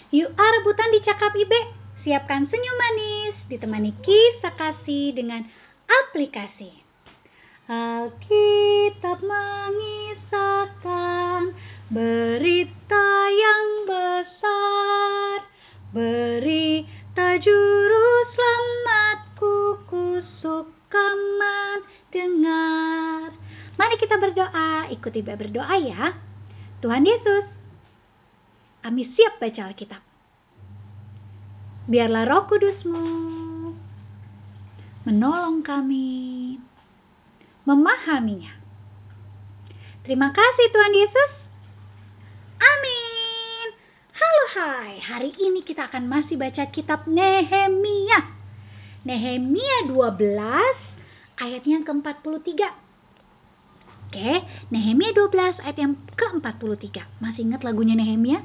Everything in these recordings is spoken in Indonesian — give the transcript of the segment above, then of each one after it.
Yuk rebutan di Cakap Ibe. Siapkan senyum manis, ditemani kisah kasih dengan aplikasi. Alkitab mengisahkan berita yang besar, berita juru selamatku, ku suka mendengar. Mari kita berdoa, ikut Ibe berdoa ya. Tuhan Yesus, kami siap baca Alkitab. Biarlah Roh Kudus-Mu menolong kami memahaminya. Terima kasih Tuhan Yesus. Amin. Halo hai, hari ini kita akan masih baca kitab Nehemia. Nehemia 12 ayatnya yang ke-43. Oke, Nehemia 12 ayat yang ke-43. Masih ingat lagunya Nehemia?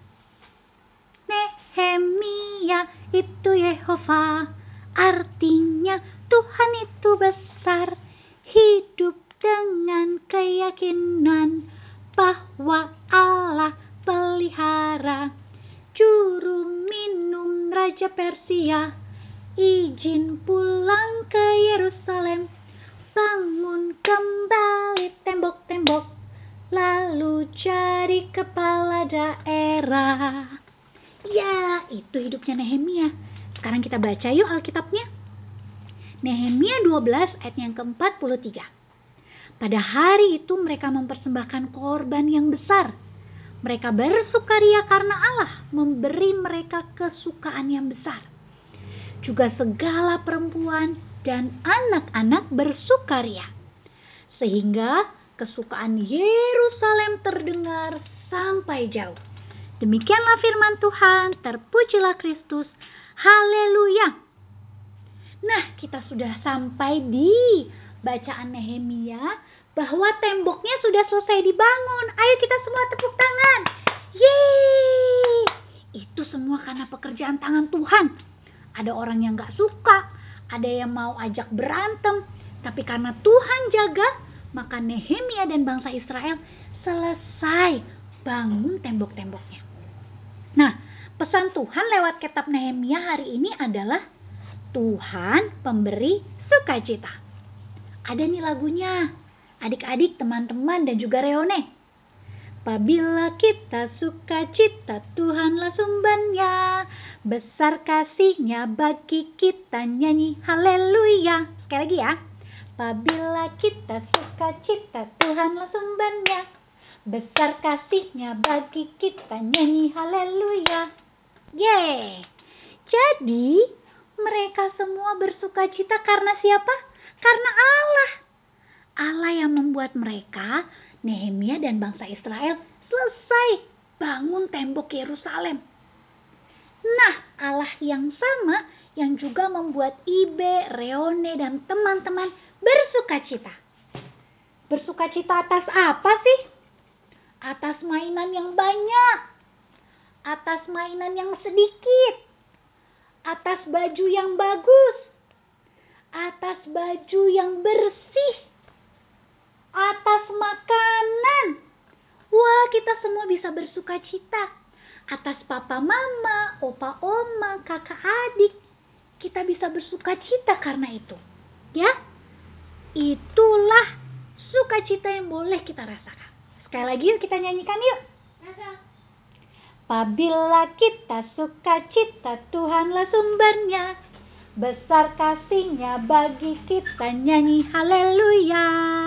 Nehemia itu Yehova, artinya Tuhan itu besar. Hidup dengan keyakinan bahwa Allah pelihara. Juru minum Raja Persia, izin pulang ke Yerusalem. Bangun kembali tembok-tembok, lalu jadi kepala daerah. Ya, itu hidupnya Nehemia. Sekarang kita baca yuk Alkitabnya. Nehemia 12 ayat yang ke-43. Pada hari itu mereka mempersembahkan korban yang besar. Mereka bersukaria karena Allah memberi mereka kesukaan yang besar. Juga segala perempuan dan anak-anak bersukaria. Sehingga kesukaan Yerusalem terdengar sampai jauh. Demikianlah firman Tuhan, terpujilah Kristus. Haleluya. Nah, kita sudah sampai di bacaan Nehemia bahwa temboknya sudah selesai dibangun. Ayo kita semua tepuk tangan. Yeay! Itu semua karena pekerjaan tangan Tuhan. Ada orang yang gak suka, ada yang mau ajak berantem. Tapi karena Tuhan jaga, maka Nehemia dan bangsa Israel selesai bangun tembok-temboknya. Nah, pesan Tuhan lewat kitab Nehemia hari ini adalah Tuhan pemberi sukacita. Ada nih lagunya, adik-adik, teman-teman, dan juga Reone. Apabila kita sukacita, Tuhanlah sumbernya. Besar kasihnya bagi kita, nyanyi haleluya. Sekali lagi ya. Apabila kita sukacita, Tuhanlah sumbernya. Besar kasihnya bagi kita, nyanyi haleluya. Yeay. Jadi mereka semua bersukacita karena siapa? Karena Allah. Allah yang membuat mereka, Nehemia dan bangsa Israel, selesai bangun tembok Yerusalem. Nah, Allah yang sama yang juga membuat Ibe, Reone, dan teman-teman bersukacita. Bersukacita atas apa sih? Atas mainan yang banyak, atas mainan yang sedikit, atas baju yang bagus, atas baju yang bersih, atas makanan. Wah, kita semua bisa bersukacita. Atas papa mama, opa oma, kakak adik, kita bisa bersukacita karena itu. Ya, itulah sukacita yang boleh kita rasakan. Sekali lagi yuk kita nyanyikan yuk. Apabila kita sukacita, Tuhanlah sumbernya. Besar kasihnya bagi kita, nyanyi haleluya.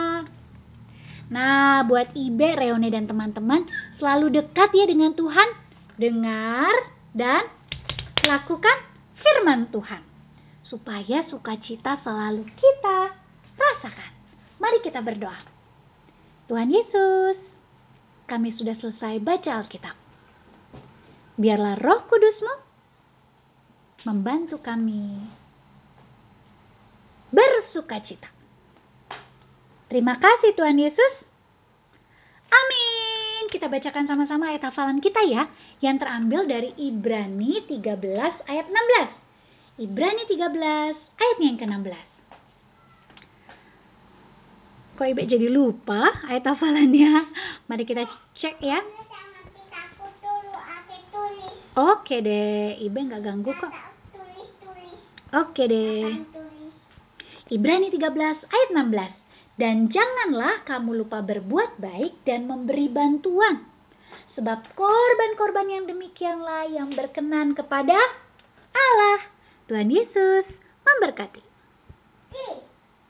Nah, buat Ibe, Reone, dan teman-teman, selalu dekat ya dengan Tuhan. Dengar dan lakukan firman Tuhan. Supaya sukacita selalu kita rasakan. Mari kita berdoa. Tuhan Yesus, kami sudah selesai baca Alkitab. Biarlah Roh Kudus-Mu membantu kami bersukacita. Terima kasih Tuhan Yesus. Amin. Kita bacakan sama-sama ayat hafalan kita ya, yang terambil dari Ibrani 13 ayat 16. Ibrani 13 ayat yang ke-16. Kok Ibe jadi lupa ayat hafalannya? Mari kita cek ya. Oke deh, Ibe nggak ganggu kok. Oke deh. Ibrani 13 ayat 16. Dan janganlah kamu lupa berbuat baik dan memberi bantuan. Sebab korban-korban yang demikianlah yang berkenan kepada Allah. Tuhan Yesus memberkati.